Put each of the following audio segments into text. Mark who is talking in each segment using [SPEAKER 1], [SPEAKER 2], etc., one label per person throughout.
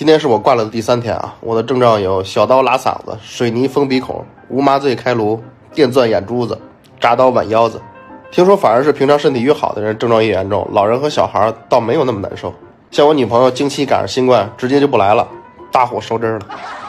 [SPEAKER 1] 今天是我挂了的第3天啊，我的症状有小刀拉嗓子、水泥封鼻孔、无麻醉开颅、电钻眼珠子、铡刀剜腰子。听说反而是平常身体越好的人症状越严重，老人和小孩倒没有那么难受。像我女朋友经期赶上新冠，直接就不来了，大火收针了。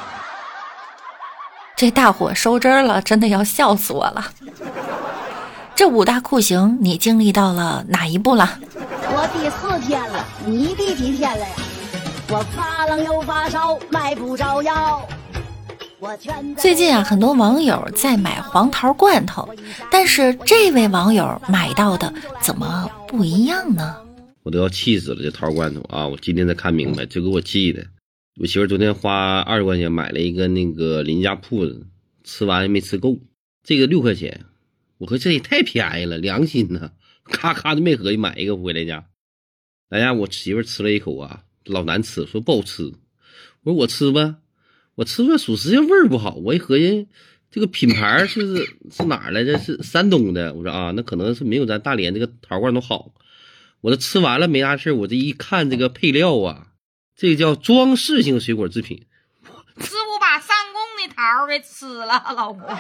[SPEAKER 2] 这大火收针了，真的要笑死我了。这5大酷刑你经历到了哪一步了？
[SPEAKER 3] 我第4天了，你第几天了呀？我发冷又发烧，卖不着药。
[SPEAKER 2] 最近啊，很多网友在买黄桃罐头，但是这位网友买到的怎么不一样呢？
[SPEAKER 4] 我都要气死了，这桃罐头啊！我今天才看明白，就给我气的。我媳妇昨天花20块钱买了一个那个邻家铺子，吃完也没吃够，这个6块钱，我说这也太便宜了，良心呢，咔咔就没合计买一个回来家。哎呀，我媳妇吃了一口啊，老难吃，说不好吃。我说我吃吧，我吃着属实味儿不好。我一合计，这个品牌是哪儿来着？是山东的。我说啊，那可能是没有咱大连这个桃罐头好。我这吃完了没啥事，我这一看这个配料啊，这个叫装饰性水果制品，
[SPEAKER 5] 师傅把上供的桃给吃了，老婆。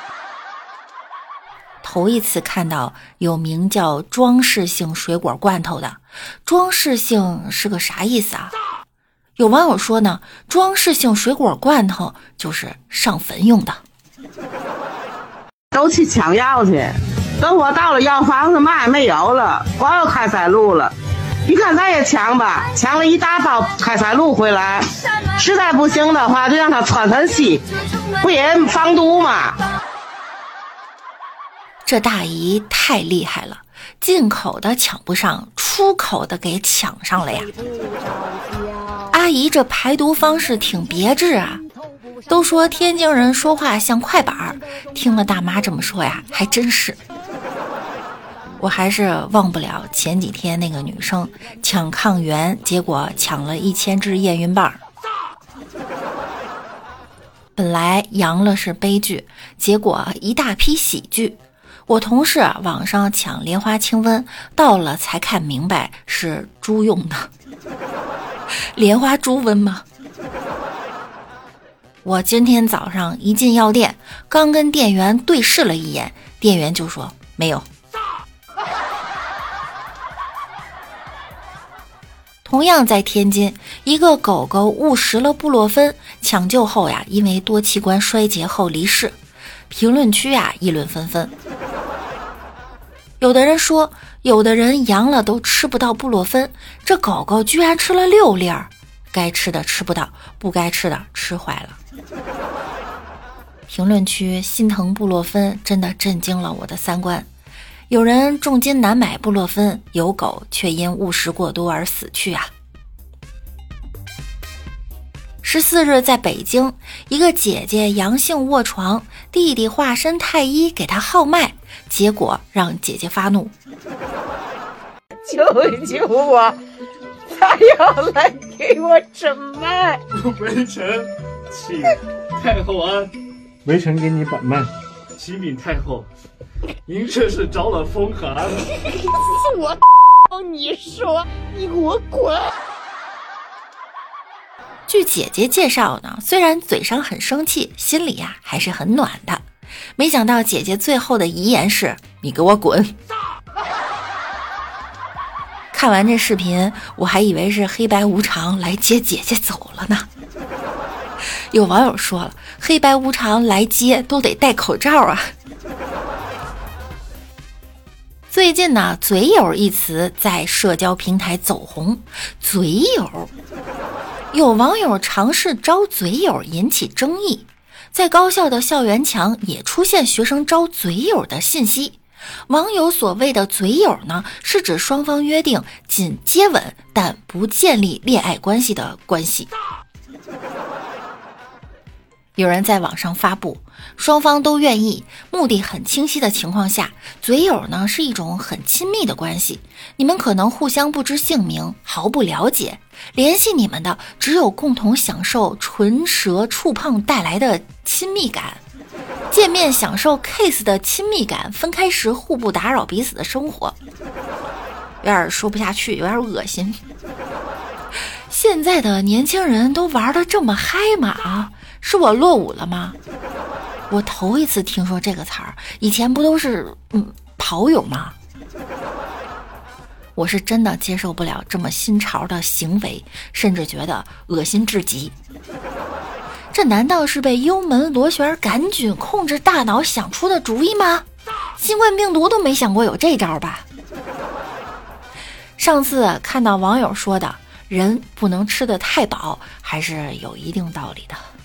[SPEAKER 2] 头一次看到有名叫装饰性水果罐头的，装饰性是个啥意思啊？有网友说呢，装饰性水果罐头就是上坟用的。
[SPEAKER 6] 都去抢药去，等我到了药房子嘛也没有了，光有开塞露了。你看咱也抢吧，抢了一大包开塞露回来，实在不行的话就让它穿很细，不也防毒吗？
[SPEAKER 2] 这大姨太厉害了，进口的抢不上，出口的给抢上了呀。阿姨这排毒方式挺别致啊，都说天津人说话像快板，听了大妈这么说呀，还真是。我还是忘不了前几天那个女生抢抗原，结果抢了1000支验孕棒。本来阳了是悲剧，结果一大批喜剧。我同事网上抢莲花清瘟，到了才看明白是猪用的。莲花猪瘟吗？我今天早上一进药店，刚跟店员对视了一眼，店员就说没有。同样在天津，一个狗狗误食了布洛芬，抢救后呀，因为多器官衰竭后离世。评论区啊议论纷纷。有的人说，有的人阳了都吃不到布洛芬，这狗狗居然吃了6粒儿，该吃的吃不到，不该吃的吃坏了。评论区心疼布洛芬真的震惊了我的3观。有人重金难买布洛芬，有狗却因误食过多而死去啊。14日在北京，一个姐姐阳性卧床，弟弟化身太医给她号脉，结果让姐姐发怒，
[SPEAKER 6] 救一救我，他要来给我诊脉。
[SPEAKER 7] 微臣请太后安。微臣给你把脉。启禀太后，您这是着了风寒。
[SPEAKER 6] 我你说，你给我滚！
[SPEAKER 2] 据姐姐介绍呢，虽然嘴上很生气，心里呀还是很暖的。没想到姐姐最后的遗言是：“你给我滚！”看完这视频，我还以为是黑白无常来接姐姐走了呢。有网友说了，黑白无常来接都得戴口罩啊。最近呢，嘴友一词在社交平台走红，嘴友。有网友尝试招嘴友引起争议，在高校的校园墙也出现学生招嘴友的信息。网友所谓的嘴友呢，是指双方约定仅接吻但不建立恋爱关系的关系。有人在网上发布，双方都愿意，目的很清晰的情况下，嘴友呢是一种很亲密的关系，你们可能互相不知姓名，毫不了解，联系你们的只有共同享受唇舌触碰带来的亲密感，见面享受 kiss 的亲密感，分开时互不打扰彼此的生活。有点说不下去，有点恶心。 现在的年轻人都玩得这么嗨吗？是我落伍了吗？我头一次听说这个词儿，以前不都是跑友吗？我是真的接受不了这么新潮的行为，甚至觉得恶心至极。这难道是被幽门螺旋杆菌控制大脑想出的主意吗？新冠病毒都没想过有这招吧？上次看到网友说的人不能吃得太饱，还是有一定道理的。